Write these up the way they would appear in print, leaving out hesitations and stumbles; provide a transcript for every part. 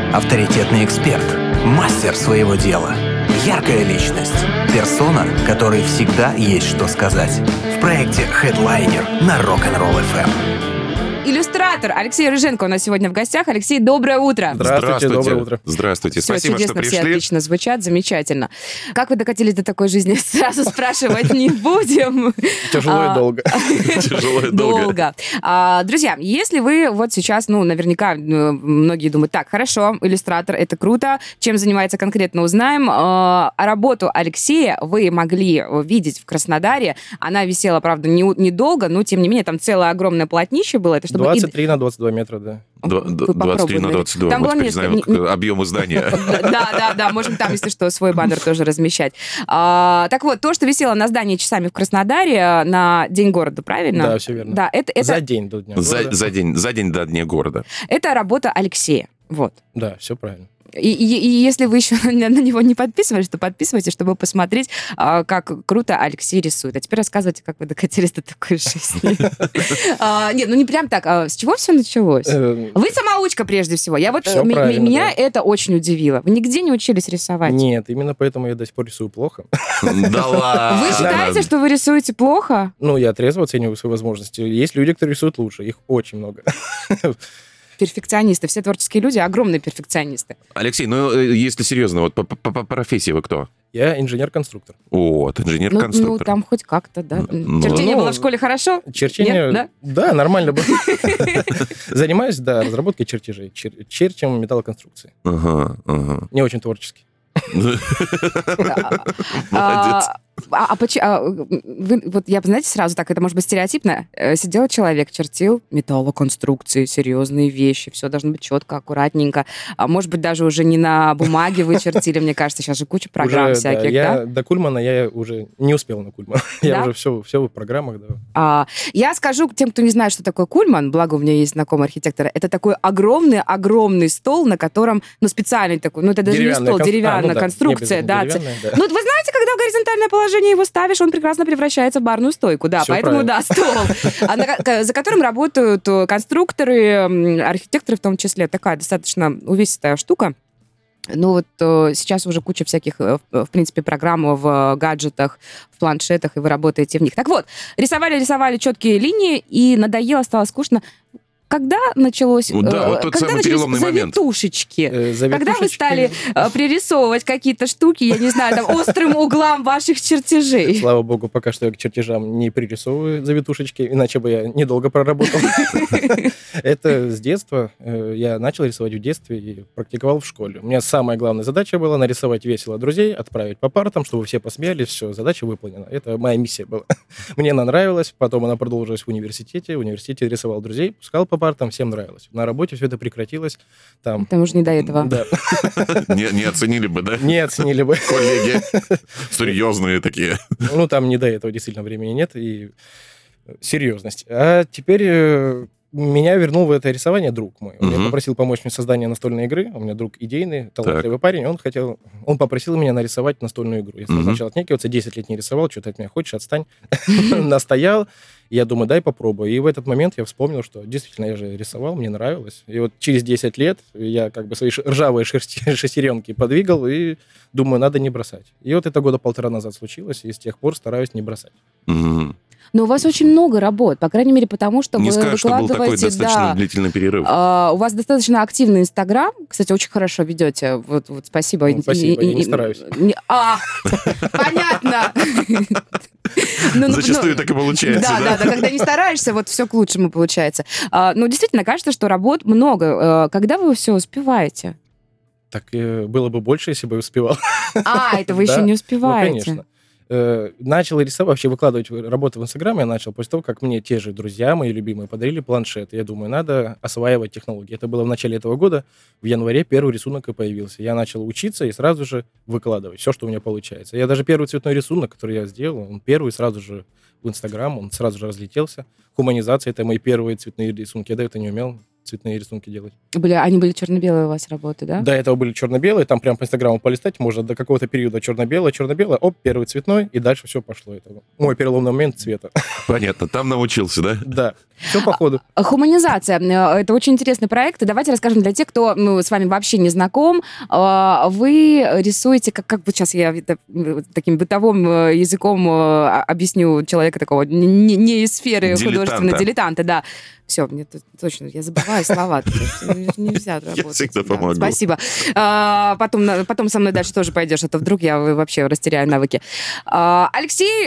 Авторитетный эксперт, мастер своего дела, яркая личность, персона, которой всегда есть что сказать. В проекте Headliner на Rock'n'Roll FM. Иллюстратор Алексей Рыженко у нас сегодня в гостях. Алексей, доброе утро. Здравствуйте, доброе утро. Здравствуйте, Все спасибо, чудесно, что все пришли. отлично звучат, замечательно. Как вы докатились до такой жизни, сразу спрашивать не будем. Тяжело и долго. Тяжело и долго. Друзья, если вы вот сейчас, наверняка многие думают, так, хорошо, иллюстратор, это круто, чем занимается конкретно, узнаем. Работу Алексея вы могли видеть в Краснодаре. Она висела, правда, недолго, но, тем не менее, там целое огромное полотнище было. Это чтобы 23 на 22 метра, да. 23 на 22, там мы было теперь знаем объем здания. Да, можем там, если что, свой баннер тоже размещать. Так вот, то, что висело на здании часами в Краснодаре на День города, правильно? Да, все верно. Да, это За день до дня города. За день до Дня города. Это работа Алексея. Вот. Да, все правильно. И если вы еще на него не подписывались, то подписывайтесь, чтобы посмотреть, как круто Алексей рисует. А теперь рассказывайте, как вы докатились до такой жизни. Нет, не прям так. С чего все началось? Вы самоучка, прежде всего. Меня это очень удивило. Вы нигде не учились рисовать? Нет, именно поэтому я до сих пор рисую плохо. Да ладно. Вы считаете, что вы рисуете плохо? Я трезво оцениваю свои возможности. Есть люди, которые рисуют лучше. Их очень много. Перфекционисты. Все творческие люди огромные перфекционисты. Алексей, если серьезно, вот по профессии вы кто? Я инженер-конструктор. Вот, инженер-конструктор. Там хоть как-то, да. Черчение было в школе хорошо? Черчение, Нет, да, нормально было. Занимаюсь, да, разработкой чертежей. Черчим металлоконструкции. Ага. Не очень творческий. Молодец. Вот я, знаете, сразу так, это может быть стереотипно. Сидел человек, чертил металлоконструкции, серьезные вещи, все должно быть четко, аккуратненько. А может быть, даже уже не на бумаге вы чертили, мне кажется, сейчас же куча программ всяких, да? До Кульмана я уже не успел на Кульман. Я уже все в программах, да. Я скажу тем, кто не знает, что такое Кульман, благо у меня есть знакомый архитектор, это такой огромный стол, на котором, специальный такой, это даже не стол, деревянная конструкция, да. Вы знаете, когда в горизонтальное положение его ставишь, он прекрасно превращается в барную стойку, да, всё поэтому, правильно. да, стол, за которым работают конструкторы, архитекторы в том числе, такая достаточно увесистая штука. Сейчас уже куча всяких, в принципе, программ в гаджетах, в планшетах, и вы работаете в них. Так вот, рисовали четкие линии, и надоело, стало скучно. Когда началось завитушечки? Когда вы стали пририсовывать какие-то штуки, я не знаю, там, острым углам ваших чертежей? Слава богу, пока что я к чертежам не пририсовываю завитушечки, иначе бы я недолго проработал. Это с детства. Я начал рисовать в детстве и практиковал в школе. У меня самая главная задача была нарисовать весело друзей, отправить по партам, чтобы все посмеялись, все, задача выполнена. Это моя миссия была. Мне она нравилась, потом она продолжилась в университете. В университете рисовал друзей, пускал по партам, всем нравилось. На работе все это прекратилось. Там уже не до этого. Да. Не оценили бы, да? Не оценили бы. Коллеги. Серьезные такие. Там не до этого действительно времени нет и серьезность. А теперь меня вернул в это рисование друг мой. Он меня попросил помочь мне в создании настольной игры. У меня друг идейный, талантливый парень. Он попросил меня нарисовать настольную игру. Я стал сначала отнекиваться, 10 лет не рисовал, что ты от меня хочешь, отстань. Настоял. Я думаю, дай попробую. И в этот момент я вспомнил, что действительно я же рисовал, мне нравилось. И вот через 10 лет я как бы свои ржавые шестеренки подвигал и думаю, надо не бросать. И вот это 1.5 года назад случилось, и с тех пор стараюсь не бросать. Но у вас очень много работ, по крайней мере, потому что не вы скажу, выкладываете... что был такой достаточно длительный перерыв. У вас достаточно активный Инстаграм. Кстати, очень хорошо ведете. Вот спасибо. Спасибо, я не стараюсь. Понятно. Зачастую так и получается, да? Да, когда не стараешься, вот все к лучшему получается. Действительно, кажется, что работ много. Когда вы все успеваете? Так было бы больше, если бы я успевал. Это вы еще не успеваете. Конечно. Начал рисовать, вообще выкладывать работы в Инстаграм я начал после того, как мне те же друзья, мои любимые, подарили планшет. Я думаю, надо осваивать технологии. Это было в начале этого года. В январе первый рисунок и появился. Я начал учиться и сразу же выкладывать все, что у меня получается. Я даже первый цветной рисунок, который я сделал, он первый сразу же в Инстаграм, он сразу же разлетелся. Хуманизация — это мои первые цветные рисунки. Я до этого не умел цветные рисунки делать. Они были черно-белые у вас работы, да? До этого были черно-белые, там прям по Инстаграму полистать можно до какого-то периода черно-белое, первый цветной, и дальше все пошло. Это мой переломный момент цвета. Понятно, там научился, да? Да. Все по ходу. Хуманизация. Это очень интересный проект. Давайте расскажем для тех, кто с вами вообще не знаком. Вы рисуете, как вот сейчас я таким бытовым языком объясню человека такого не из сферы художественного дилетанта, да. Все, мне точно, я забываю слова. Нельзя работать. Я всегда помогу. Спасибо. Потом со мной дальше тоже пойдешь, а то вдруг я вообще растеряю навыки. Алексей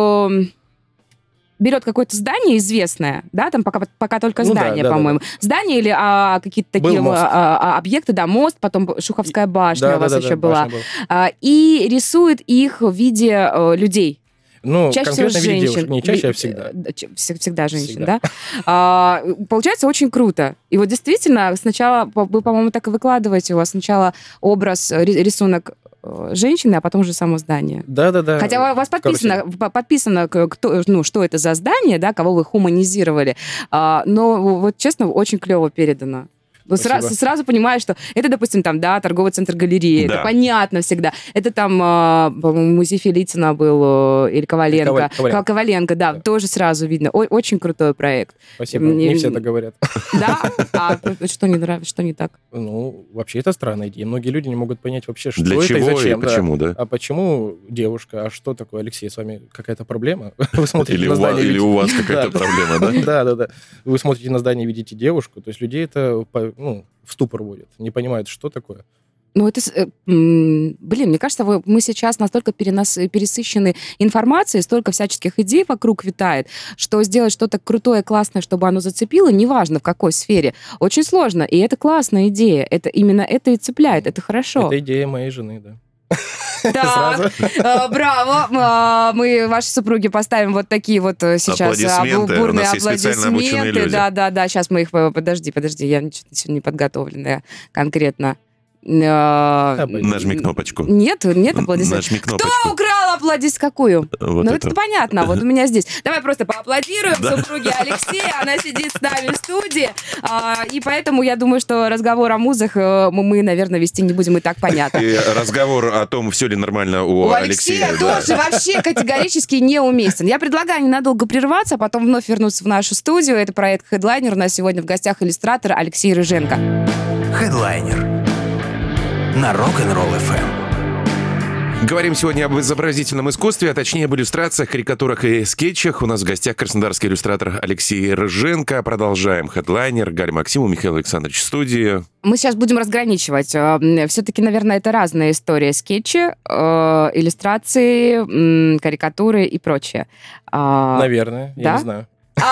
берет какое-то здание известное, да, там пока только здание, по-моему. Да. Здание или какие-то такие объекты, да, мост, потом Шуховская башня у вас еще была. И рисует их в виде людей. Ну, чаще конкретно всего в виде женщин. девушек, не чаще, а всегда. Всегда женщин, да? Получается очень круто. И вот действительно, сначала, вы, по-моему, так и выкладываете, у вас сначала образ, рисунок женщины, а потом уже само здание. Да. Хотя у вас подписано кто, что это за здание, да, кого вы хуманизировали. Но вот, честно, очень клево передано. Сразу понимаешь, что это, допустим, там, да, торговый центр галереи, это понятно всегда. Это там, по-моему, музей Фелицина был, или Коваленко. Коваленко, да, тоже сразу видно. Очень крутой проект. Спасибо, не все так говорят. Да? А что не нравится, что не так? Ну, вообще это странная идея. Многие люди не могут понять вообще, что для это чего и зачем. И почему, да? А почему девушка? А что такое, Алексей, с вами какая-то проблема? Вы смотрите или на здание... Или у вас какая-то проблема, да? Да. Вы смотрите на здание и видите девушку, то есть людей это... в ступор вводит, не понимают, что такое. Ну, это... мне кажется, мы сейчас настолько пересыщены информацией, столько всяческих идей вокруг витает, что сделать что-то крутое, классное, чтобы оно зацепило, неважно в какой сфере, очень сложно. И это классная идея. Это именно это и цепляет. Это хорошо. Это идея моей жены, да. Так, браво. Мы вашей супруге поставим вот такие вот сейчас бурные аплодисменты. Да. Сейчас мы их... Подожди, я ничего не подготовленная конкретно. Нажми кнопочку. Нет аплодисментов. Нажми кнопочку. Кто украл аплодисмент? Какую? Вот это понятно, вот у меня здесь. Давай просто поаплодируем супруге Алексея, она сидит с нами в студии, и поэтому я думаю, что разговор о музах мы, наверное, вести не будем, и так понятно. И разговор о том, все ли нормально у Алексея тоже вообще категорически неуместен. Я предлагаю ненадолго прерваться, а потом вновь вернуться в нашу студию. Это проект Headliner. У нас сегодня в гостях иллюстратор Алексей Рыженко. Headliner на Rock'n'Roll FM. Говорим сегодня об изобразительном искусстве, а точнее об иллюстрациях, карикатурах и скетчах. У нас в гостях краснодарский иллюстратор Алексей Рыженко. Продолжаем Headliner. Галя Максимов, Михаил Александрович в студии. Мы сейчас будем разграничивать. Все-таки, наверное, это разная история. Скетчи, иллюстрации, карикатуры и прочее. Наверное, я не знаю.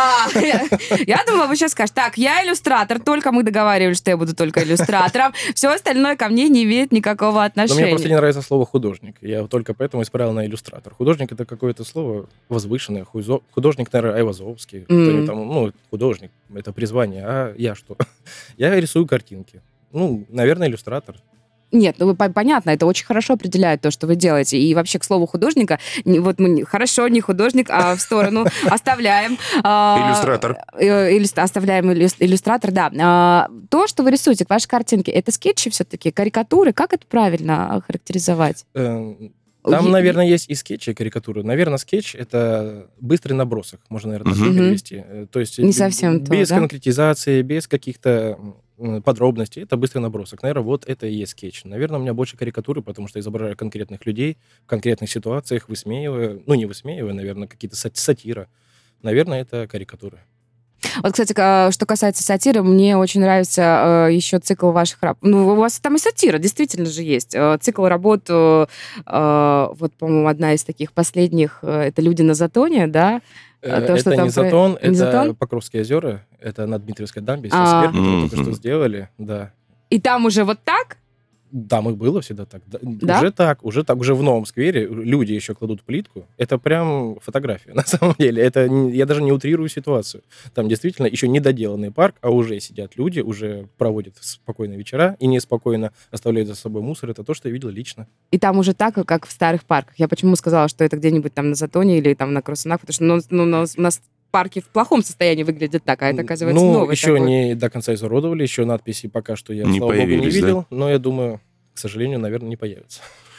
Я думала, вы сейчас скажете, так, я иллюстратор, только мы договаривались, что я буду только иллюстратором, все остальное ко мне не имеет никакого отношения. Но мне просто не нравится слово «художник», я только поэтому исправил на «иллюстратор». Художник — это какое-то слово возвышенное, художник, наверное, Айвазовский, художник, это призвание, а я что? Я рисую картинки, наверное, иллюстратор. Нет, понятно, это очень хорошо определяет то, что вы делаете. И вообще, к слову, художника, вот мы хорошо, не художник, а в сторону оставляем. Иллюстратор. Оставляем иллюстратор, да. То, что вы рисуете, ваши картинки, это скетчи все-таки, карикатуры? Как это правильно характеризовать? Там, наверное, есть и скетчи, и карикатуры. Наверное, скетч — это быстрый набросок, можно, наверное, так перевести. То есть не совсем без конкретизации, без каких-то подробностей. Это быстрый набросок. Наверное, вот это и есть скетч. Наверное, у меня больше карикатуры, потому что изображаю конкретных людей в конкретных ситуациях, высмеивая, не высмеивая, наверное, какие-то сатира. Наверное, это карикатуры. Вот, кстати, что касается сатиры, мне очень нравится еще цикл ваших работ. У вас там и сатира, действительно же есть. Цикл работ, вот, по-моему, одна из таких последних, это «Люди на Затоне», да? Это не Затон, это Покровские озера, это на Дмитриевской дамбе, которые только что сделали, да. И там уже вот так? Там и было всегда так. Да? Уже в новом сквере люди еще кладут плитку. Это прям фотография, на самом деле. Я даже не утрирую ситуацию. Там действительно еще не доделанный парк, а уже сидят люди, уже проводят спокойные вечера и неспокойно оставляют за собой мусор. Это то, что я видел лично. И там уже так, как в старых парках. Я почему сказала, что это где-нибудь там на Затоне или там на Красунах, потому что у нас парки в плохом состоянии выглядят так, а это, оказывается, новый еще такой. Не до конца изуродовали, еще надписи пока что я, слава богу, не видел, да? Но я думаю, к сожалению, наверное, не появятся.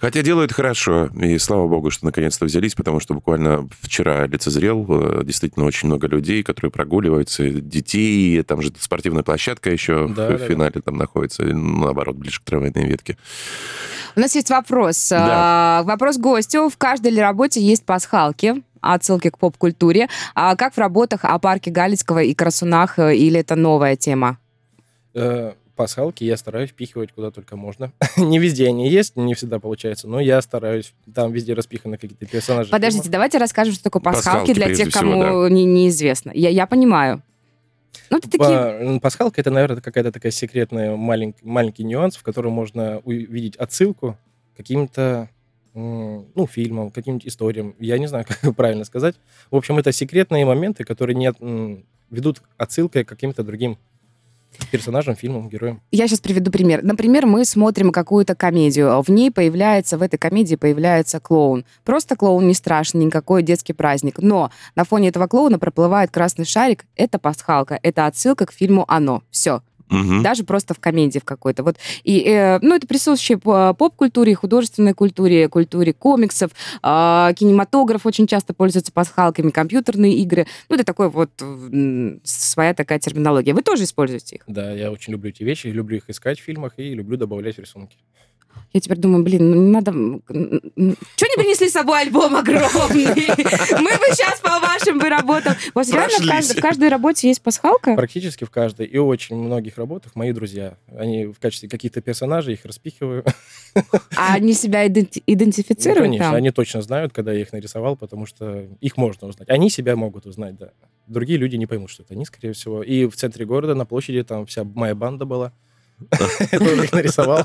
Хотя делают хорошо, и слава богу, что наконец-то взялись, потому что буквально вчера лицезрел действительно очень много людей, которые прогуливаются, детей, там же спортивная площадка еще в финале там находится, наоборот, ближе к трамвайной ветке. У нас есть вопрос. Да. Вопрос гостю. В каждой ли работе есть пасхалки? Отсылки к поп-культуре. Как в работах о парке Галицкого и Красунах, или это новая тема? Пасхалки я стараюсь впихивать куда только можно. Не везде они есть, не всегда получается, но я стараюсь. Там везде распиханы какие-то персонажи. Подождите, давайте расскажем, что такое пасхалки для тех, кому всего, неизвестно. Я понимаю. Ну, это такие... Пасхалка — это, наверное, какая-то такая секретная маленький нюанс, в котором можно увидеть отсылку к каким-то фильмам, каким-нибудь историям. Я не знаю, как правильно сказать. В общем, это секретные моменты, которые ведут отсылкой к каким-то другим персонажам, фильмам, героям. Я сейчас приведу пример. Например, мы смотрим какую-то комедию. В этой комедии появляется клоун. Просто клоун, не страшный, никакой детский праздник. Но на фоне этого клоуна проплывает красный шарик. Это пасхалка. Это отсылка к фильму «Оно». Все. Угу. Даже просто в комедии в какой-то. Вот. И, это присуще поп-культуре, художественной культуре, культуре комиксов, кинематограф очень часто пользуется пасхалками, компьютерные игры. Это такой вот своя такая терминология. Вы тоже используете их? Да, я очень люблю эти вещи, люблю их искать в фильмах и люблю добавлять в рисунки. Я теперь думаю, не надо... Что не принесли с собой альбом огромный? Мы бы сейчас по вашим работам... У вас реально в каждой работе есть пасхалка? Практически в каждой. И очень многих работах мои друзья. Они в качестве каких-то персонажей, их распихиваю. А они себя идентифицируют? Конечно, там? Они точно знают, когда я их нарисовал, потому что их можно узнать. Они себя могут узнать, да. Другие люди не поймут, что это они, скорее всего. И в центре города, на площади, там вся моя банда была. Я тоже их нарисовал.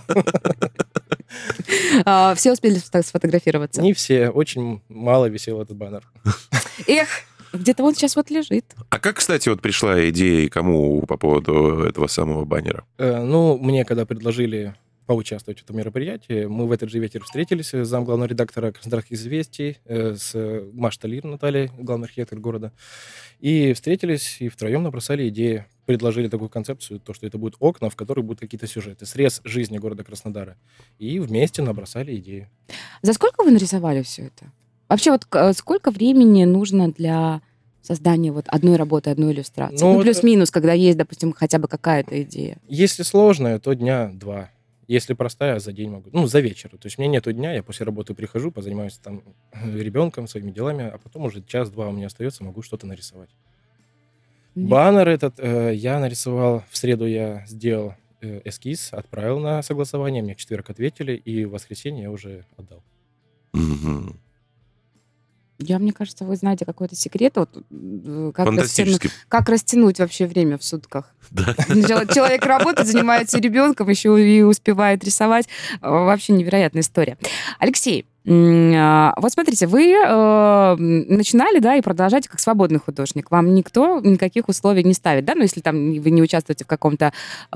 Все успели сфотографироваться? Не все. Очень мало висел этот баннер. Эх, где-то он сейчас вот лежит. А как, кстати, пришла идея и кому по поводу этого самого баннера? Мне когда предложили поучаствовать в этом мероприятии, мы в этот же вечер встретились с замглавного редактора «Краснодарских известий», с Машей Талир Натальей, главный архитектор города, и встретились, и втроем набросали идею. Предложили такую концепцию, то, что это будут окна, в которых будут какие-то сюжеты, срез жизни города Краснодара. И вместе набросали идею. За сколько вы нарисовали все это? Вообще, сколько времени нужно для создания одной работы, одной иллюстрации? Плюс-минус, когда есть, допустим, хотя бы какая-то идея. Если сложная, то дня 2. Если простая, за день могу. За вечер. То есть у меня нету дня, я после работы прихожу, позанимаюсь там ребенком, своими делами, а потом уже час-два у меня остается, могу что-то нарисовать. Баннер этот я нарисовал, в среду я сделал эскиз, отправил на согласование, мне в четверг ответили, и в воскресенье я уже отдал. Угу. Мне кажется, вы знаете какой-то секрет, как растянуть вообще время в сутках. Да. Человек работает, занимается ребенком, еще и успевает рисовать. Вообще невероятная история. Алексей, вот смотрите, вы начинали, да, и продолжаете как свободный художник. Вам никто никаких условий не ставит, да? Если там вы не участвуете в каком-то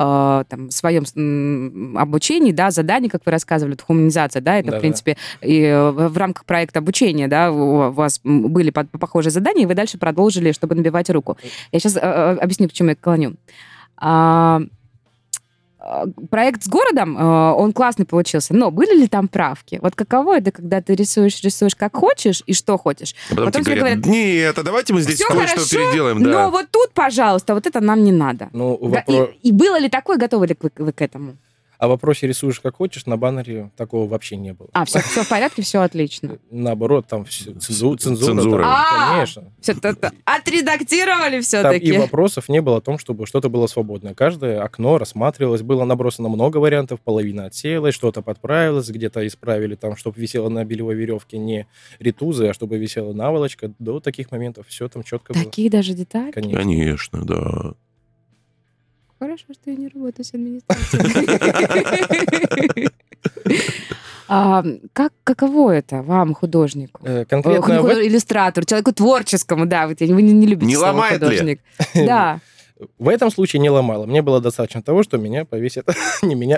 своем обучении, да, задании, как вы рассказывали, хуманизация, да, это, в принципе, и в рамках проекта обучения, да, у вас были похожие задания, и вы дальше продолжили, чтобы набивать руку. Я сейчас объясню, к чему я клоню. Проект с городом, он классный получился, но были ли там правки? Каково это, когда ты рисуешь как хочешь и что хочешь? А потом тебе говорят, нет, а давайте мы здесь кое-что переделаем. Да. Но тут, пожалуйста, это нам не надо. И было ли такое, готовы ли вы к этому? О вопросе «рисуешь как хочешь» на баннере такого вообще не было. Все в порядке, все отлично. Наоборот, там цензура. Там, конечно. Отредактировали все-таки. И вопросов не было о том, чтобы что-то было свободное. Каждое окно рассматривалось, было набросано много вариантов, половина отсеялась, что-то подправилось, где-то исправили, там, чтобы висело на белевой веревке не ритузы, а чтобы висела наволочка. До таких моментов все там четко было. Такие даже детали? Конечно, да. Хорошо, что я не работаю с администрацией. Каково это вам, художнику? Конкретно иллюстратору, человеку творческому, да, вы не любите не слово художник. Да. В этом случае не ломало. Мне было достаточно того, что меня повесят... Не меня.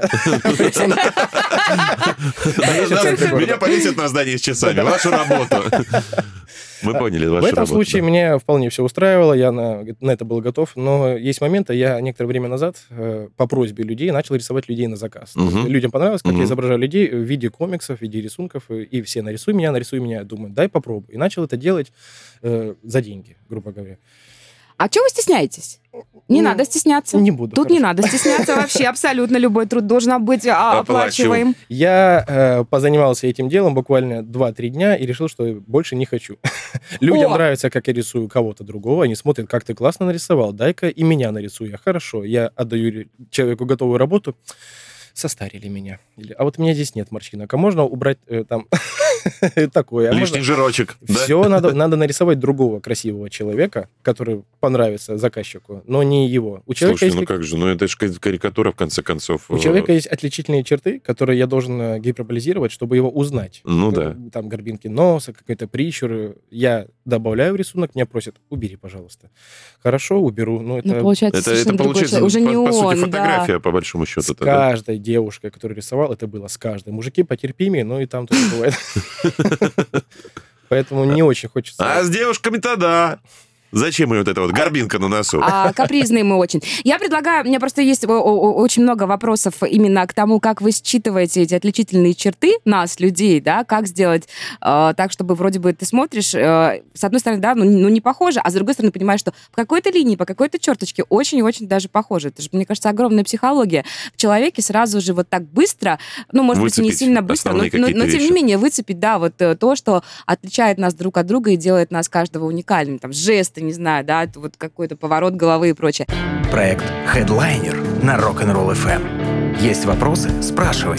Меня повесят на здании с часами. Вашу работу. Мы поняли вашу В этом работу, случае меня вполне все устраивало, я на это был готов, но есть моменты, я некоторое время назад по просьбе людей начал рисовать людей на заказ. Людям понравилось, как я изображаю людей в виде комиксов, в виде рисунков, и все нарисуй меня. Думаю, дай попробуй. И начал это делать за деньги, грубо говоря. А чего вы стесняетесь? Не надо стесняться. Не буду. Тут хорошо. не надо стесняться вообще. Абсолютно любой труд должен быть оплачиваем. Я позанимался этим делом буквально 2-3 дня и решил, что больше не хочу. Людям нравится, как я рисую кого-то другого. Они смотрят, как ты классно нарисовал. Дай-ка и меня нарисуй. Я хорошо. Я отдаю человеку готовую работу. Состарили меня. А вот у меня здесь нет морщинок. А можно убрать там такое? Лишний жирочек. Все надо нарисовать другого красивого человека, который понравится заказчику, но не его. Слушайте, ну как же, это же карикатура, в конце концов. У человека есть отличительные черты, которые я должен гиперболизировать, чтобы его узнать. Ну да. Там горбинки носа, какой-то прищур. Я добавляю в рисунок, меня просят, убери, пожалуйста. Хорошо, уберу. Это получается, уже не по он, сути, фотография, по большому счету. С каждой девушкой, которую рисовал, это было с каждой. Мужики потерпимее, но и там тоже бывает. Поэтому не очень хочется. А с девушками-то да. Зачем ей вот эта вот горбинка на носу? Капризные мы очень. Я предлагаю, у меня просто есть очень много вопросов именно к тому, как вы считываете эти отличительные черты нас, людей, да, как сделать так, чтобы вроде бы ты смотришь, с одной стороны, да, ну не похоже, а с другой стороны понимаешь, что по какой-то линии, по какой-то черточке очень-очень даже похоже. Это же, мне кажется, огромная психология. В человеке сразу же вот так быстро, ну, может быть, не сильно быстро, но тем не менее выцепить, да, вот то, что отличает нас друг от друга и делает нас каждого уникальным. Там жесты, не знаю, да, вот какой-то поворот головы и прочее. Проект Headliner на Rock'n'Roll FM. Есть вопросы? Спрашивай.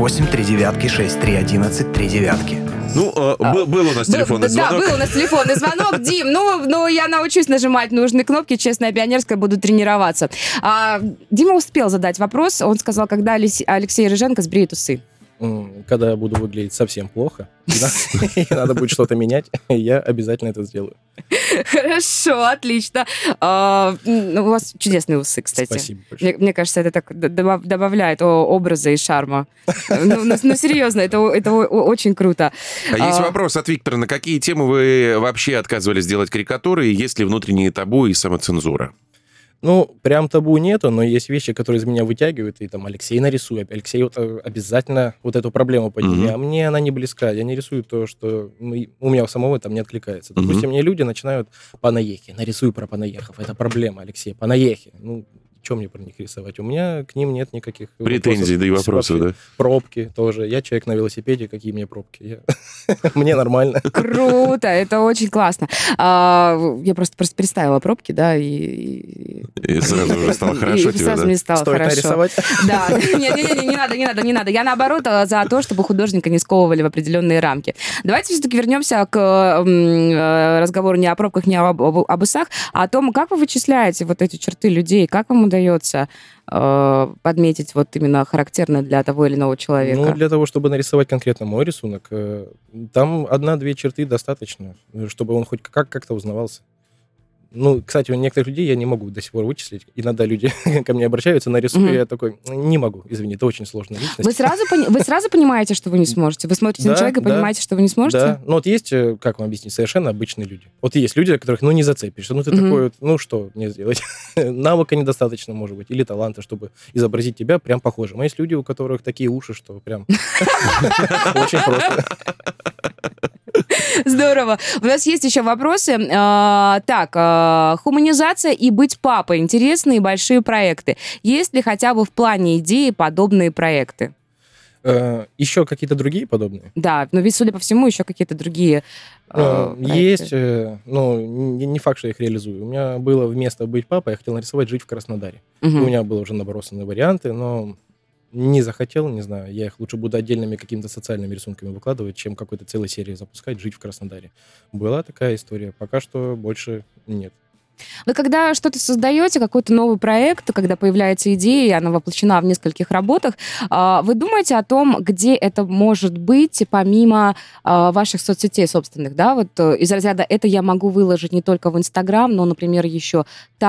839-6311-39. Ну, был у нас телефонный звонок. Да, был у нас телефонный звонок. Дим, ну, я научусь нажимать нужные кнопки, честная пионерская, буду тренироваться. Дима успел задать вопрос. Он сказал, когда Алексей Рыженко сбреет усы. Когда я буду выглядеть совсем плохо, и надо будет что-то менять, я обязательно это сделаю. Хорошо, отлично. У вас чудесные усы, кстати. Спасибо большое. Мне кажется, это так добавляет образа и шарма. Ну, серьезно, это очень круто. Есть вопрос от Виктора. На какие темы вы вообще отказывались делать карикатуры, и есть ли внутренние табу и самоцензура? Ну, прям табу нету, но есть вещи, которые из меня вытягивают, и там Алексей нарисуй, Алексей вот обязательно вот эту проблему подними, а мне она не близка, я не рисую то, что у меня у самого там не откликается. Допустим, мне люди начинают панаехи, нарисуй про панаехов, это проблема, Алексей, панаехи, ну, что мне про них рисовать? У меня к ним нет никаких претензий, да и вопросов, да? Пробки тоже. Я человек на велосипеде, какие мне пробки? Мне нормально. Круто, это очень классно. Я просто представила пробки, да, и сразу уже стало хорошо тебе, сразу да? мне стало Стоит хорошо. нарисовать? Да, не надо. Я, наоборот, за то, чтобы художника не сковывали в определенные рамки. Давайте все-таки вернемся к разговору не о пробках, не об усах, а о том, как вы вычисляете вот эти черты людей, как вам удается подметить вот именно характерно для того или иного человека? Ну, для того, чтобы нарисовать конкретно мой рисунок, там 1-2 черты достаточно, чтобы он хоть как-то узнавался. Ну, кстати, у некоторых людей я не могу до сих пор вычислить. Иногда люди ко мне обращаются, нарисую, и я такой, не могу, извини, это очень сложная личность. Вы сразу понимаете, что вы не сможете? Вы смотрите на человека и понимаете, что вы не сможете? Да, ну вот есть, как вам объяснить, совершенно обычные люди. Вот есть люди, которых, не зацепишь. Ну, ты такой вот, ну, что мне сделать? Навыка недостаточно, может быть, или таланта, чтобы изобразить тебя прям похожим. А есть люди, у которых такие уши, что прям очень просто. Здорово. У нас есть еще вопросы. Хуманизация и быть папой. Интересные большие проекты. Есть ли хотя бы в плане идеи подобные проекты? Еще какие-то другие подобные? Да, но ведь, судя по всему, еще какие-то другие есть, но не факт, что я их реализую. У меня было вместо быть папой, я хотел нарисовать «Жить в Краснодаре». У меня было уже набросаны варианты, но не захотел, не знаю, я их лучше буду отдельными какими-то социальными рисунками выкладывать, чем какой-то целой серии запускать «Жить в Краснодаре». Была такая история, пока что больше нет. Вы когда что-то создаете, какой-то новый проект, когда появляется идея, и она воплощена в нескольких работах, вы думаете о том, где это может быть, помимо ваших соцсетей собственных, да? Вот из разряда «это я могу выложить не только в Инстаграм, но, например, еще там,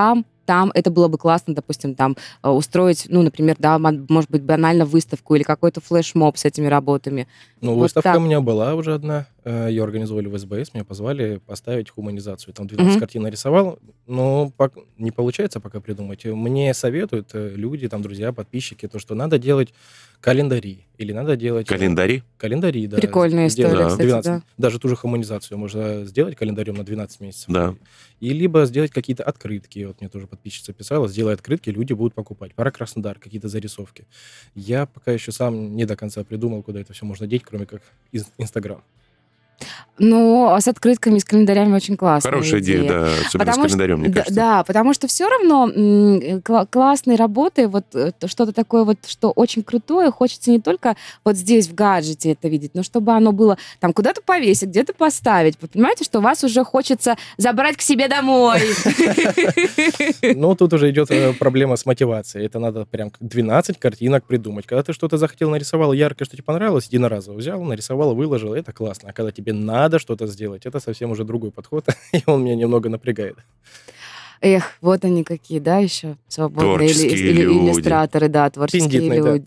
там это было бы классно, допустим, там устроить, ну, например, да, может быть, банально выставку или какой-то флешмоб с этими работами. Ну, вот выставка у меня была уже одна. Ее организовали в СБС, меня позвали поставить хуманизацию. Там 12 картин нарисовал, но не получается пока придумать. Мне советуют люди, там, друзья, подписчики, то, что надо делать календари. Или надо делать... Календари? Календари, да. Прикольная история, кстати, 12, да. Даже ту же хуманизацию можно сделать календарем на 12 месяцев. Да. И либо сделать какие-то открытки. Вот мне тоже подписчица писала, сделай открытки, люди будут покупать. Пора Краснодар, какие-то зарисовки. Я пока еще сам не до конца придумал, куда это все можно деть, кроме как Инстаграм. Ну, а с открытками, с календарями очень классно. Хорошая идея, да, особенно с календарем, мне кажется. Да, потому что все равно классной работы, вот что-то такое вот, что очень крутое, хочется не только вот здесь в гаджете это видеть, но чтобы оно было там куда-то повесить, где-то поставить. Вы понимаете, что вас уже хочется забрать к себе домой. Ну, тут уже идет проблема с мотивацией. Это надо прям 12 картинок придумать. Когда ты что-то захотел, нарисовал яркое, что тебе понравилось, единоразово взял, нарисовал, выложил, это классно. А когда тебе надо что-то сделать, это совсем уже другой подход, и он меня немного напрягает. Эх, вот они какие, да, еще свободные иллюстраторы, да, творческие люди.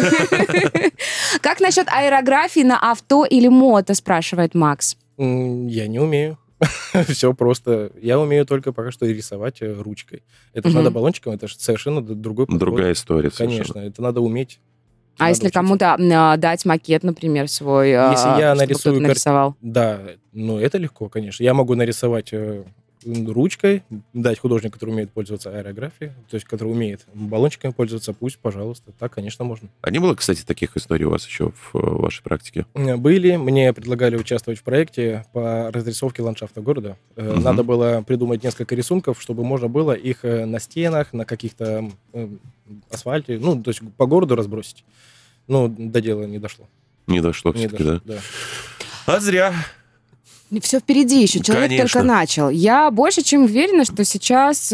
Как насчет аэрографии на авто или мото, спрашивает Макс. Я не умею. Все просто. Я умею только пока что рисовать ручкой. Это же надо баллончиком, это же совершенно другой подход. Другая история. Конечно, это надо уметь. А если кому-то дать макет, например, свой, если я нарисую нарисовал? Да, ну это легко, конечно. Я могу нарисовать ручкой, дать художнику, который умеет пользоваться аэрографией, то есть который умеет баллончиками пользоваться, пусть, пожалуйста. Так, конечно, можно. А не было, кстати, таких историй у вас еще в вашей практике? Были. Мне предлагали участвовать в проекте по разрисовке ландшафта города. Надо было придумать несколько рисунков, чтобы можно было их на стенах, на каких-то асфальте, ну, то есть по городу разбросить. Но до дела не дошло. Не дошло все-таки, да? А зря. Все впереди еще, человек только начал. Я больше чем уверена, что сейчас...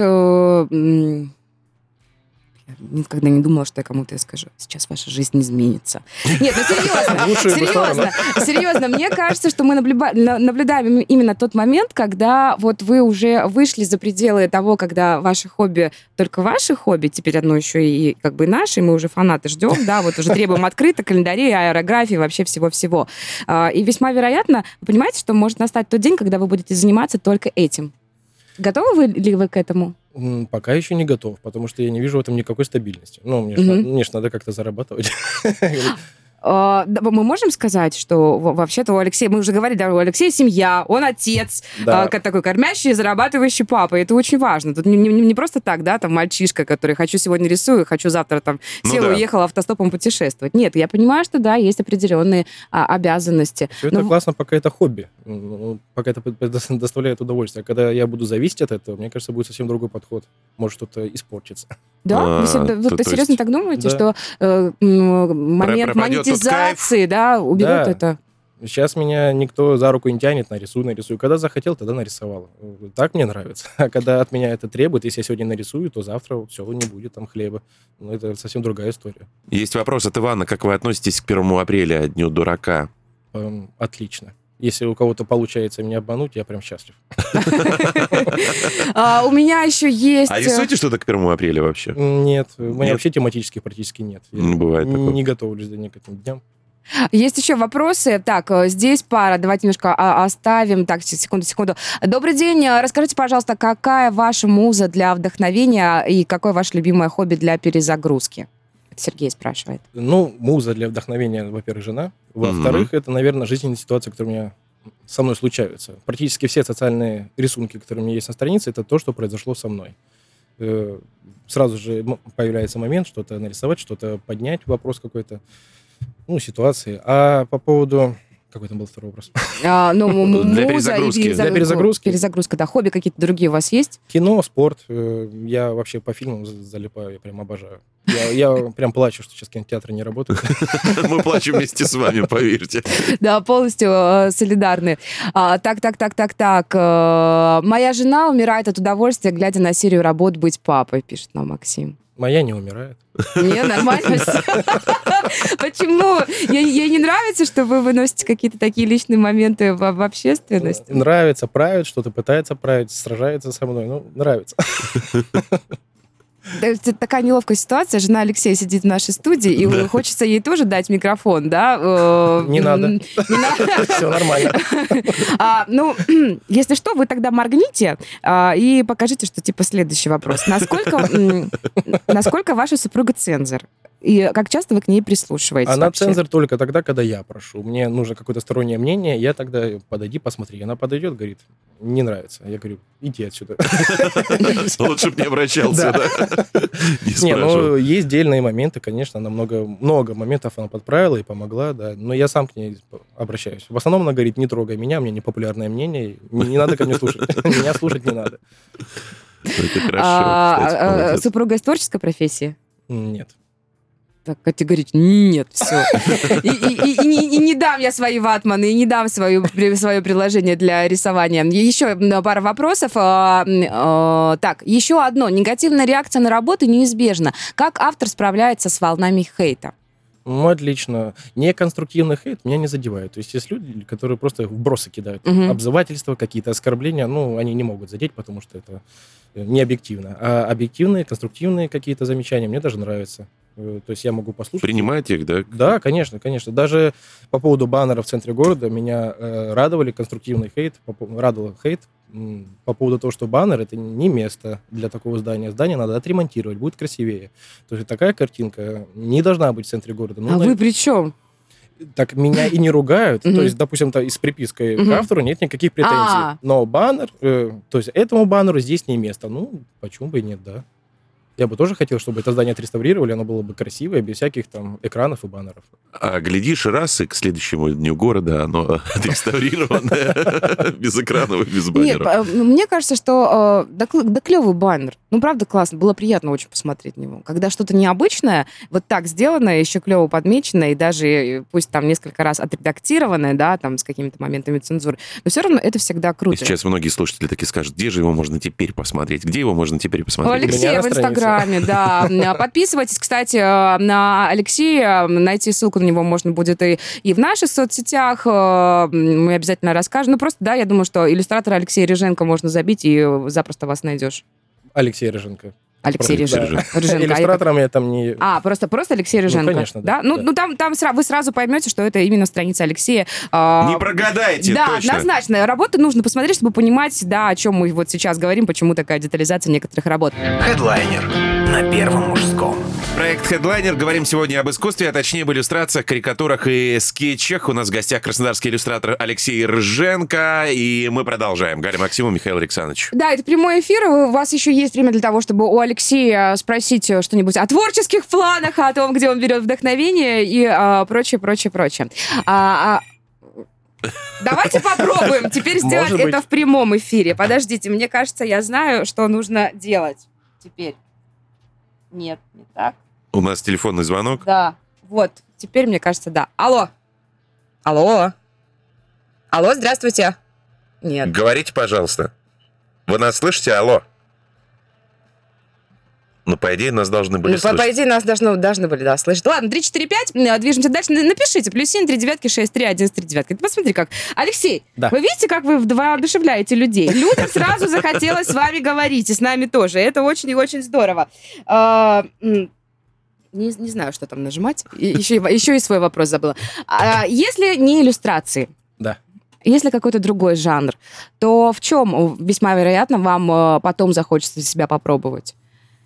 Никогда не думала, что я кому-то скажу. Сейчас ваша жизнь изменится. Нет, ну серьезно. Мне кажется, что мы наблюдаем именно тот момент, когда вот вы уже вышли за пределы того, когда ваши хобби, только ваши хобби, теперь одно еще и как бы наши, мы уже фанаты ждем, да, вот уже требуем открыток, календарей, аэрографии, вообще всего-всего. И весьма вероятно, вы понимаете, что может настать тот день, когда вы будете заниматься только этим. Готовы ли вы к этому? Пока еще не готов, потому что я не вижу в этом никакой стабильности. Ну, мне же надо как-то зарабатывать. Мы можем сказать, что вообще-то у Алексея, мы уже говорили, да, у Алексея семья, он отец, да. Такой кормящий, зарабатывающий папа. И это очень важно. Тут не просто так, да, там мальчишка, который хочу сегодня рисую, хочу завтра там сел и уехал автостопом путешествовать. Нет, я понимаю, что да, есть определенные обязанности. Все это классно, пока это хобби, пока это доставляет удовольствие. А когда я буду зависеть от этого, мне кажется, будет совсем другой подход. Может что-то испортиться. Да? Вы серьезно так думаете, что момент монетизации, да, уберет это? Сейчас меня никто за руку не тянет, нарисуй. Когда захотел, тогда нарисовал. Так мне нравится. А когда от меня это требует, если я сегодня нарисую, то завтра все, не будет там хлеба. Ну, это совсем другая история. Есть вопрос от Ивана. Как вы относитесь к 1 апреля, Дню дурака? Отлично. Если у кого-то получается меня обмануть, я прям счастлив. У меня еще есть... А рисуете что-то к 1 апреля вообще? Нет. У меня вообще тематических практически нет. Не бывает такого. Не готовлюсь к никаким дням. Есть еще вопросы. Так, здесь пара. Давайте немножко оставим. Так, секунду. Добрый день. Расскажите, пожалуйста, какая ваша муза для вдохновения и какое ваше любимое хобби для перезагрузки? Сергей спрашивает. Ну, муза для вдохновения, во-первых, жена. Во-вторых, это, наверное, жизненные ситуации, которые у меня со мной случаются. Практически все социальные рисунки, которые у меня есть на странице, это то, что произошло со мной. Сразу же появляется момент что-то нарисовать, что-то поднять, вопрос какой-то, ситуации. А по поводу... Какой там был второй вопрос? Для перезагрузки. Для перезагрузки. Перезагрузка, да. Хобби какие-то другие у вас есть? Кино, спорт. Я вообще по фильмам залипаю, я прям обожаю. Я прям плачу, что сейчас кинотеатры не работают. Мы плачем вместе с вами, поверьте. Да, полностью солидарны. Так. Моя жена умирает от удовольствия, глядя на серию работ «Быть папой», пишет нам Максим. Моя не умирает. Не, нормально все. Почему? Ей не нравится, что вы выносите какие-то такие личные моменты в общественность? Нравится, правит, что-то пытается править, сражается со мной. Ну, нравится. Это такая неловкая ситуация. Жена Алексея сидит в нашей студии, и хочется ей тоже дать микрофон, да? Не надо. Не надо. Все нормально. Ну, если что, вы тогда моргните и покажите, что типа следующий вопрос. Насколько ваша супруга цензор? И как часто вы к ней прислушиваетесь? Она вообще? цензор только тогда, когда я прошу. Мне нужно какое-то стороннее мнение, я тогда подойди, посмотри. Она подойдет, говорит, не нравится. Я говорю, иди отсюда. Лучше бы не обращался, да? Не, ну, есть дельные моменты, конечно, она много моментов она подправила и помогла, да, но я сам к ней обращаюсь. В основном она говорит, не трогай меня, у меня непопулярное мнение, не надо ко мне слушать. Меня слушать не надо. Это хорошо. Супруга из творческой профессии? Нет. Так категорично, нет, все. И не дам я свои ватманы, и не дам свое приложение для рисования. Еще пара вопросов. Так, еще одно. Негативная реакция на работу неизбежна. Как автор справляется с волнами хейта? Ну, отлично. Неконструктивный хейт меня не задевает. То есть есть люди, которые просто вбросы кидают. Обзывательства, какие-то оскорбления, ну, они не могут задеть, потому что это не объективно. А объективные, конструктивные какие-то замечания мне даже нравятся. То есть я могу послушать. Принимаете их, да? Да, конечно, конечно. Даже по поводу баннера в центре города меня радовал хейт по поводу того, что баннер — это не место для такого здания. Здание надо отремонтировать, будет красивее. То есть такая картинка не должна быть в центре города. Ну, вы при чем? Так меня и не ругают. То есть, допустим, с припиской к автору нет никаких претензий. Но баннер, то есть этому баннеру здесь не место. Ну, почему бы и нет, да. Я бы тоже хотел, чтобы это здание отреставрировали, оно было бы красивое, без всяких там экранов и баннеров. А глядишь, раз, и к следующему дню города оно отреставрированное, без экранов и без баннеров. Нет, мне кажется, что да клевый баннер. Ну, правда, классно. Было приятно очень посмотреть на него. Когда что-то необычное, вот так сделано, еще клево подмечено, и даже пусть там несколько раз отредактированное, да, там с какими-то моментами цензуры, но все равно это всегда круто. И сейчас многие слушатели такие скажут, где же его можно теперь посмотреть? Где его можно теперь посмотреть? У Алексея в Инстаграме. Да. Подписывайтесь, кстати, на Алексея. Найти ссылку на него можно будет и в наших соцсетях. Мы обязательно расскажем. Ну, просто, да, я думаю, что иллюстратора Алексея Рыженко можно забить, и запросто вас найдешь. Алексей Рыженко. Алексей Рыженко. Иллюстратором я там не... просто Алексей Рыженко. Ну, конечно, да. Ну, там вы сразу поймете, что это именно страница Алексея. Не прогадайте, да, точно. Да, однозначно. Работу нужно посмотреть, чтобы понимать, да, о чем мы вот сейчас говорим, почему такая детализация некоторых работ. Хедлайнер на Первом мужском. Проект Headliner. Говорим сегодня об искусстве, а точнее об иллюстрациях, карикатурах и скетчах. У нас в гостях краснодарский иллюстратор Алексей Рыженко. И мы продолжаем. Галя Максимова, Михаил Александрович. Да, это прямой эфир. У вас еще есть время для того, чтобы у Алексея спросить что-нибудь о творческих планах, о том, где он берет вдохновение и прочее. Давайте попробуем теперь сделать это в прямом эфире. Подождите, мне кажется, я знаю, что нужно делать теперь. Нет, не так. У нас телефонный звонок. Да, вот, теперь, мне кажется, да. Алло, здравствуйте. Нет. Говорите, пожалуйста. Вы нас слышите? Алло. Ну, по идее, нас должны были слышать. По идее, нас должны были, да, слышать. Ладно, 3-4-5, движемся дальше. Напишите, +7 3 9 6 3 1 3 9. Ты посмотри, как. Алексей, да. Вы видите, как вы воодушевляете людей? Людям сразу захотелось с вами говорить, и с нами тоже. Это очень и очень здорово. Не знаю, что там нажимать. Еще и свой вопрос забыла. Если не иллюстрации, да. Если какой-то другой жанр, то в чем, весьма вероятно, вам потом захочется себя попробовать?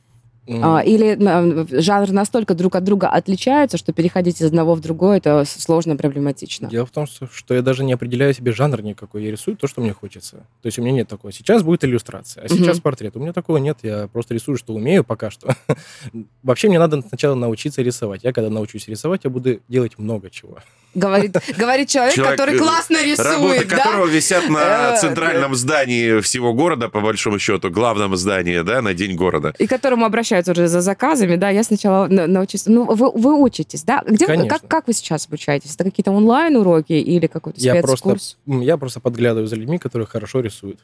Или жанры настолько друг от друга отличаются, что переходить из одного в другое это сложно, проблематично? Дело в том, что я даже не определяю себе жанр никакой. Я рисую то, что мне хочется. То есть у меня нет такого. Сейчас будет иллюстрация, а сейчас портрет. У меня такого нет. Я просто рисую, что умею пока что. Вообще мне надо сначала научиться рисовать. Я когда научусь рисовать, я буду делать много чего. Говорит человек, который классно рисует, работы да? которого висят на центральном здании всего города, по большому счету, главном здании, да, на День города. И к которому обращаются уже за заказами, да, я сначала научусь. Ну, вы учитесь, да? Как вы сейчас обучаетесь? Это какие-то онлайн-уроки или какой-то спецкурс? Я просто подглядываю за людьми, которые хорошо рисуют.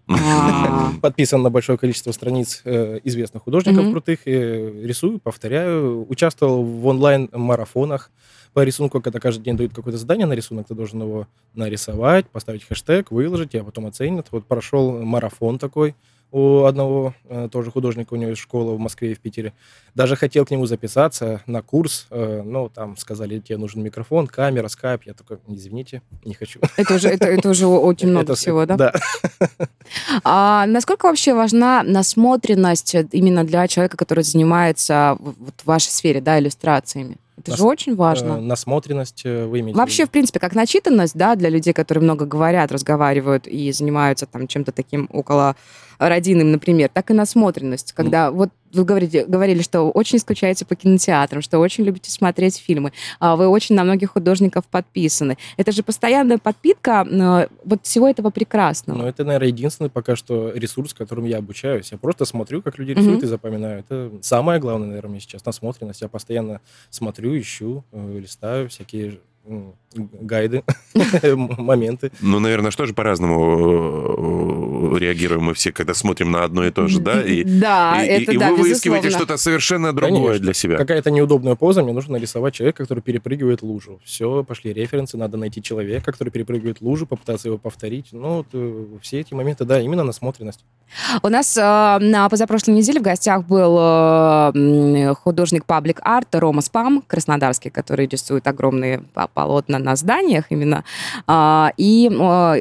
Подписан на большое количество страниц известных художников крутых, рисую, повторяю, участвовал в онлайн-марафонах по рисунку, когда каждый день дают какое-то задание на рисунок, ты должен его нарисовать, поставить хэштег, выложить, а потом оценят. Вот прошел марафон такой у одного тоже художника, у него есть школа в Москве и в Питере. Даже хотел к нему записаться на курс, но там сказали, тебе нужен микрофон, камера, скайп. Я такой, извините, не хочу. Это уже очень много всего, да? Да. А насколько вообще важна насмотренность именно для человека, который занимается в вашей сфере, да, иллюстрациями? Это же очень важно. Насмотренность вы имеете Вообще, в принципе, как начитанность, да, для людей, которые много говорят, разговаривают и занимаются там чем-то таким около родийным, например, так и насмотренность. Когда вот вы говорили, что очень скучаете по кинотеатрам, что очень любите смотреть фильмы, вы очень на многих художников подписаны. Это же постоянная подпитка вот всего этого прекрасного. Ну, это, наверное, единственный пока что ресурс, которым я обучаюсь. Я просто смотрю, как люди рисуют, и запоминаю. Это самое главное, наверное, мне сейчас, насмотренность. Я постоянно смотрю, ищу, листаю всякие гайды, моменты. Ну, наверное, что же по-разному реагируем мы все, когда смотрим на одно и то же, да? И вы выискиваете что-то совершенно другое для себя. Какая-то неудобная поза, мне нужно нарисовать человека, который перепрыгивает лужу. Все, пошли референсы, надо найти человека, который перепрыгивает лужу, попытаться его повторить. Ну, все эти моменты, да, именно насмотренность. У нас на позапрошлой неделе в гостях был художник паблик-арт Рома Спам, краснодарский, который рисует огромные полотна на зданиях именно. И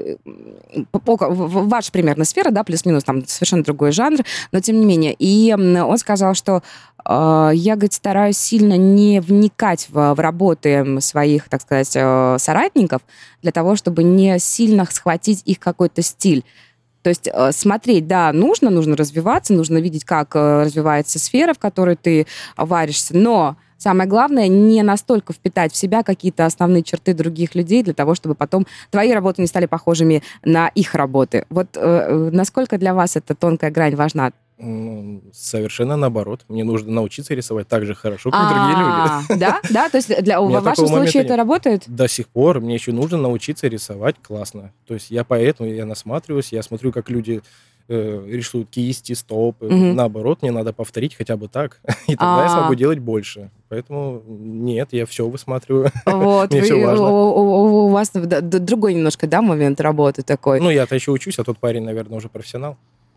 ваша примерно сфера, да, плюс-минус, там совершенно другой жанр, но тем не менее. И он сказал, что я, говорит, стараюсь сильно не вникать в работы своих, так сказать, соратников для того, чтобы не сильно схватить их какой-то стиль. То есть смотреть, да, нужно развиваться, нужно видеть, как развивается сфера, в которой ты варишься, но самое главное, не настолько впитать в себя какие-то основные черты других людей для того, чтобы потом твои работы не стали похожими на их работы. Вот насколько для вас эта тонкая грань важна? Совершенно наоборот. Мне нужно научиться рисовать так же хорошо, как другие люди. Да? То есть в вашем случае это работает? До сих пор мне еще нужно научиться рисовать классно. То есть я поэтому насматриваюсь, я смотрю, как люди рисуют кисти, стопы. Наоборот, мне надо повторить хотя бы так, и тогда я смогу делать больше. Поэтому нет, я все высматриваю. Вот, мне все важно. У вас другой немножко, да, момент работы такой. Ну, я-то еще учусь, а тот парень, наверное, уже профессионал.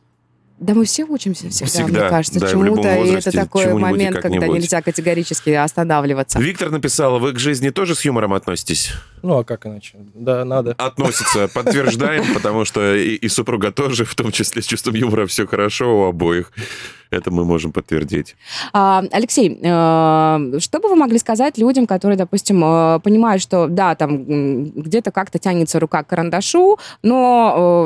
Да мы все учимся всегда, мне кажется, да, чему-то, и это такой момент, когда нельзя категорически останавливаться. Виктор написал, вы к жизни тоже с юмором относитесь? Ну, а как иначе? Да, надо. Относится, подтверждаем, потому что и супруга тоже, в том числе с чувством юмора, все хорошо у обоих. Это мы можем подтвердить. Алексей, что бы вы могли сказать людям, которые, допустим, понимают, что да, там где-то как-то тянется рука к карандашу, но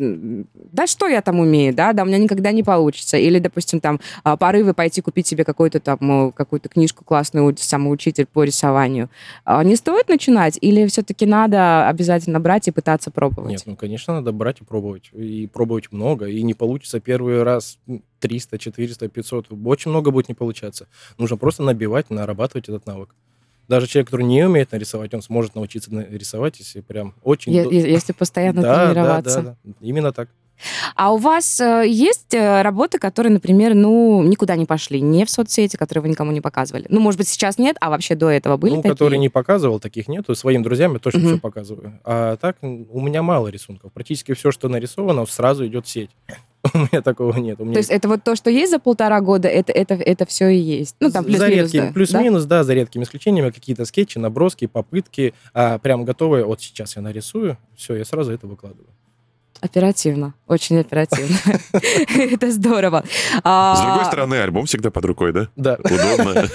да что я там умею, да, у меня никогда не получится. Или, допустим, там порывы пойти купить себе какую-то книжку классную, самоучитель по рисованию. Не стоит начинать? Или все-таки надо обязательно брать и пытаться пробовать? Нет, ну, конечно, надо брать и пробовать. И пробовать много. И не получится первый раз 300, 400, 500. Очень много будет не получаться. Нужно просто набивать, нарабатывать этот навык. Даже человек, который не умеет нарисовать, он сможет научиться рисовать, если прям очень... Если постоянно тренироваться. Да, именно так. А у вас есть работы, которые, например, никуда не пошли, не в соцсети, которые вы никому не показывали? Ну, может быть, сейчас нет, а вообще до этого были такие? Которые не показывал, таких нету. Своим друзьям я точно все показываю. А так у меня мало рисунков. Практически все, что нарисовано, сразу идет в сеть. У меня такого нет. То есть это вот то, что есть за 1,5 года, это все и есть? Ну, там плюс-минус, да? Плюс-минус, да, за редкими исключениями. Какие-то скетчи, наброски, попытки. А прям готовые, вот сейчас я нарисую, все, я сразу это выкладываю. Оперативно, очень оперативно. Это здорово. С другой стороны, альбом всегда под рукой, да? Да. Удобно.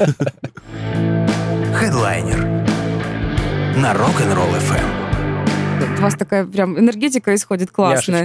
Хедлайнер на Rock'n'Roll FM. У вас такая прям энергетика исходит классная.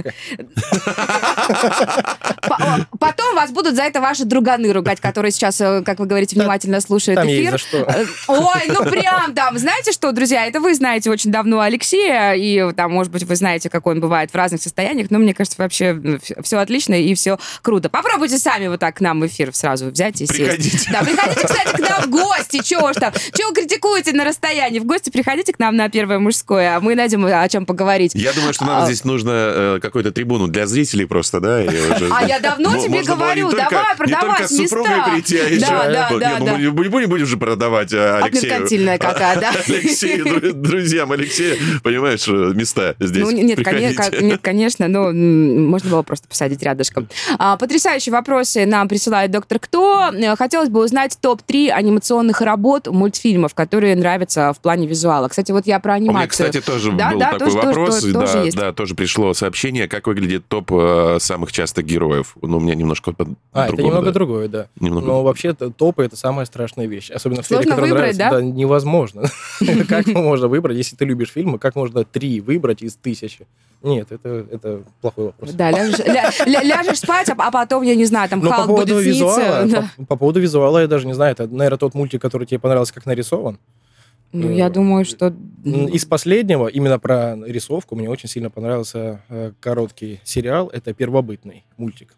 Потом вас будут за это ваши друганы ругать, которые сейчас, как вы говорите, внимательно слушают там эфир. Есть за что. Ой, прям там. Знаете что, друзья, это вы знаете очень давно Алексея, и там, может быть, вы знаете, какой он бывает в разных состояниях, но мне кажется, вообще все отлично и все круто. Попробуйте сами вот так к нам в эфир сразу взять и сесть. Приходите. Да, приходите, кстати, к нам в гости. Чего уж там? Чего вы критикуете на расстоянии? В гости приходите к нам на Первое мужское, а мы найдем, о чем поговорить. Я думаю, что нам здесь нужно какую-то трибуну для зрителей просто, да? Я давно тебе говорю, давай продавать места. Не только с супругой прийти, а еще... Да. Мы будем же продавать Алексею. Меркантильная какая, да? Алексею, друзьям Алексея, понимаешь, места здесь. Ну, нет, конечно, но можно было просто посадить рядышком. Потрясающие вопросы нам присылает доктор Кто. Хотелось бы узнать топ-3 анимационных работ, мультфильмов, которые нравятся в плане визуала. Кстати, вот я про анимацию. У меня, кстати, тоже был такой вопрос. Да, тоже пришло сообщение, как выглядит топ самых частых героев. Ну, у меня немножко по-другому. Это немного другое, да. Но вообще топы — это самая страшная вещь. Особенно в серии, которая нравится. Да, невозможно. Как можно выбрать, если ты любишь фильмы, как можно 3 выбрать из 1000? Нет, это плохой вопрос. Да, ляжешь спать, а потом, я не знаю, там Халк будет сниться. По поводу визуала я даже не знаю. Это, наверное, тот мультик, который тебе понравился, как нарисован. Ну, я думаю, что... Из последнего, именно про рисовку, мне очень сильно понравился короткий сериал. Это «Первобытный» мультик.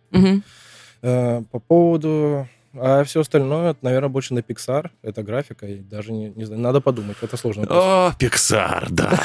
По поводу... А все остальное, наверное, больше на Pixar. Это графика, и даже не знаю, надо подумать. Это сложно. О, Pixar, да.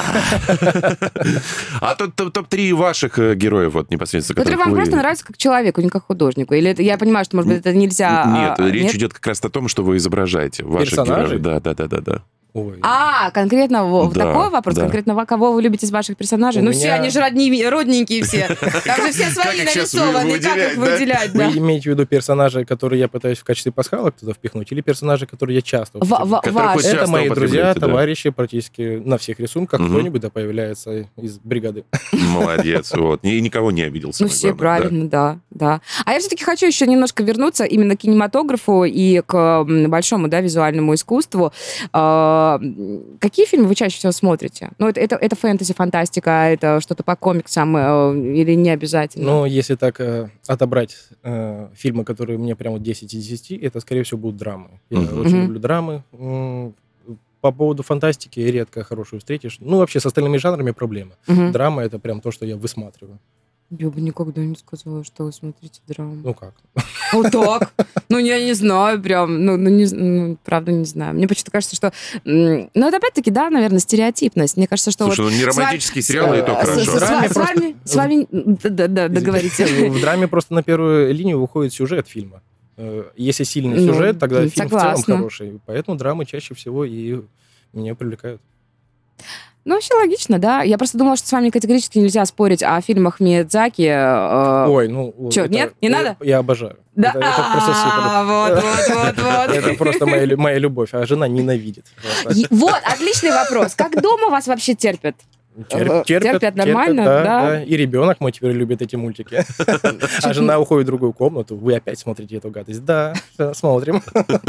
А топ-3 ваших героев, вот непосредственно, которые вам просто нравятся как человеку, не как художнику? Или я понимаю, что, может быть, это нельзя... Нет, речь идет как раз о том, что вы изображаете. Ваших героев. Да. Ой. Конкретно такой вопрос? Да. Конкретно кого вы любите из ваших персонажей? Все они же родненькие все. Там же все свои нарисованы. Как их выделять? Вы имеете в виду персонажей, которые я пытаюсь в качестве пасхалок туда впихнуть, или персонажи, которые я часто Это мои друзья, товарищи, практически на всех рисунках кто-нибудь появляется из бригады. Молодец, вот. И никого не обиделся. Ну, все правильно, да. А я все-таки хочу еще немножко вернуться именно к кинематографу и к большому, визуальному искусству. Какие фильмы вы чаще всего смотрите? Ну, это фэнтези, фантастика, это что-то по комиксам или не обязательно? Ну, если так отобрать фильмы, которые мне прямо 10 из 10, это, скорее всего, будут драмы. Я очень люблю драмы. По поводу фантастики редко хорошую встретишь. Ну, вообще, с остальными жанрами проблема. Драма — это прям то, что я высматриваю. Я бы никогда не сказала, что вы смотрите драму. Ну как? Вот так? Ну, я не знаю прям. Правда, не знаю. Мне почему-то кажется, что... это опять-таки, наверное, стереотипность. Мне кажется, что... Слушай, не романтические сериалы, и то хорошо. С вами... Да, договорите. В драме просто на первую линию выходит сюжет фильма. Если сильный сюжет, тогда фильм в целом хороший. Поэтому драмы чаще всего и меня привлекают. Ну, вообще логично, да. Я просто думала, что с вами категорически нельзя спорить о фильмах Миядзаки. Что, нет? Не надо? Я обожаю. Да? Это просто супер. Вот. Это просто моя любовь, а жена ненавидит. Вот, отличный вопрос. Как дома вас вообще терпят? Терпят нормально, да. И ребенок мой теперь любит эти мультики. А жена уходит в другую комнату. Вы опять смотрите эту гадость. Да, смотрим.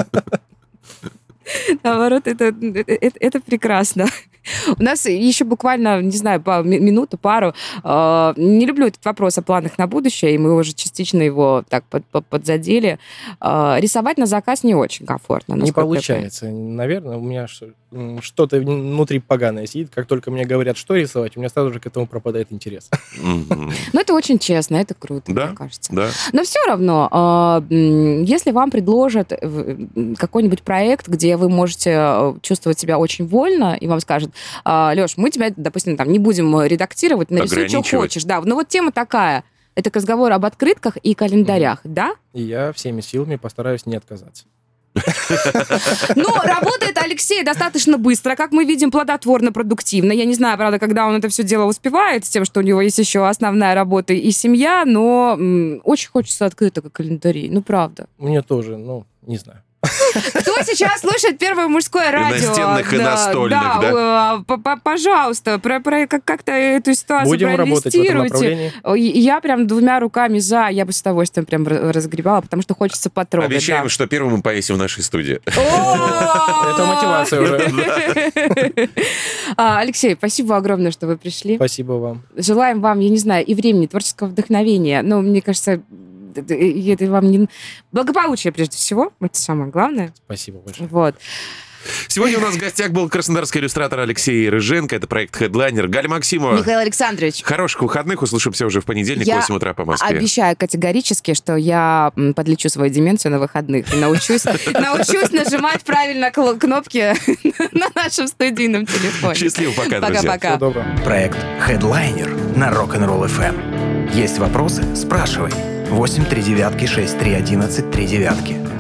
Наоборот, это прекрасно. У нас еще буквально, не знаю, минуту, пару. Не люблю этот вопрос о планах на будущее, и мы уже частично его так подзадели. Рисовать на заказ не очень комфортно. Не получается. Наверное, у меня что-то внутри поганое сидит. Как только мне говорят, что рисовать, у меня сразу же к этому пропадает интерес. Но это очень честно, это круто, мне кажется. Да. Но все равно, если вам предложат какой-нибудь проект, где вы можете чувствовать себя очень вольно, и вам скажут: Леш, мы тебя, допустим, не будем редактировать, нарисуй, что хочешь. Да, но вот тема такая. Это к разговору об открытках и календарях, да? И я всеми силами постараюсь не отказаться. Ну, работает Алексей достаточно быстро, как мы видим, плодотворно, продуктивно. Я не знаю, правда, когда он это все дело успевает, с тем, что у него есть еще основная работа и семья, но очень хочется открыток и календарей. Ну, правда. Мне тоже, не знаю. Кто сейчас слушает Первое мужское радио? И настенных, и настольных, да? Пожалуйста, как-то эту ситуацию будем работать в этом направлении. Я прям 2 руками за, я бы с удовольствием прям разгребала, потому что хочется потрогать. Обещаем, что первым мы повесим в нашей студии. Это мотивация уже. Алексей, спасибо огромное, что вы пришли. Спасибо вам. Желаем вам, я не знаю, и времени, творческого вдохновения. Но мне кажется, это вам не... Благополучие, прежде всего. Это самое главное. Спасибо большое. Вот. Сегодня у нас в гостях был краснодарский иллюстратор Алексей Рыженко. Это проект Headliner. Галя Максимова. Михаил Александрович. Хороших выходных. Услышимся уже в понедельник в 8 утра по Москве. Я обещаю категорически, что я подлечу свою деменцию на выходных и научусь нажимать правильно кнопки на нашем студийном телефоне. Счастливо, пока, друзья. Пока-пока. Проект Headliner на Rock'n'Roll FM. Есть вопросы? Спрашивай. 8 3 9 6 3 11 3 9.